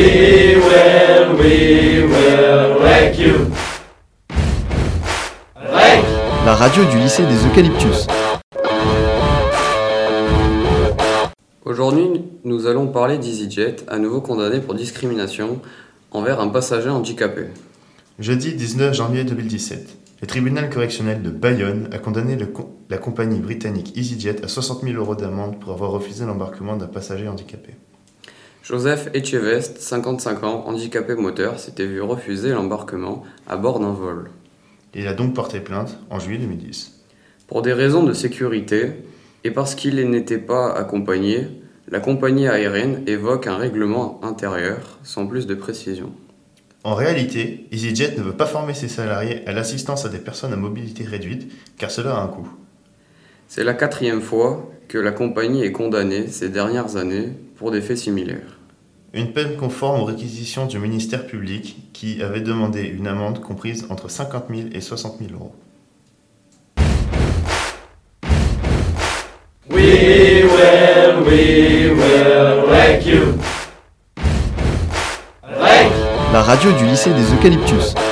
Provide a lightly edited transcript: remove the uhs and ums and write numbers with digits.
We will wreck you. Wreck. La radio du lycée des Eucalyptus. Aujourd'hui, nous allons parler d'EasyJet, à nouveau condamné pour discrimination envers un passager handicapé. Jeudi 19 janvier 2017, le tribunal correctionnel de Bayonne a condamné la compagnie britannique EasyJet à 60 000 € d'amende pour avoir refusé l'embarquement d'un passager handicapé. Joseph Etchevest, 55 ans, handicapé moteur, s'était vu refuser l'embarquement à bord d'un vol. Il a donc porté plainte en juillet 2010. Pour des raisons de sécurité et parce qu'il n'était pas accompagné, la compagnie aérienne évoque un règlement intérieur sans plus de précision. En réalité, EasyJet ne veut pas former ses salariés à l'assistance à des personnes à mobilité réduite, car cela a un coût. C'est la 4e fois que la compagnie est condamnée ces dernières années pour des faits similaires. Une peine conforme aux réquisitions du ministère public qui avait demandé une amende comprise entre 50 000 et 60 000 €. We will wreck you. Wreck. La radio du lycée des Eucalyptus.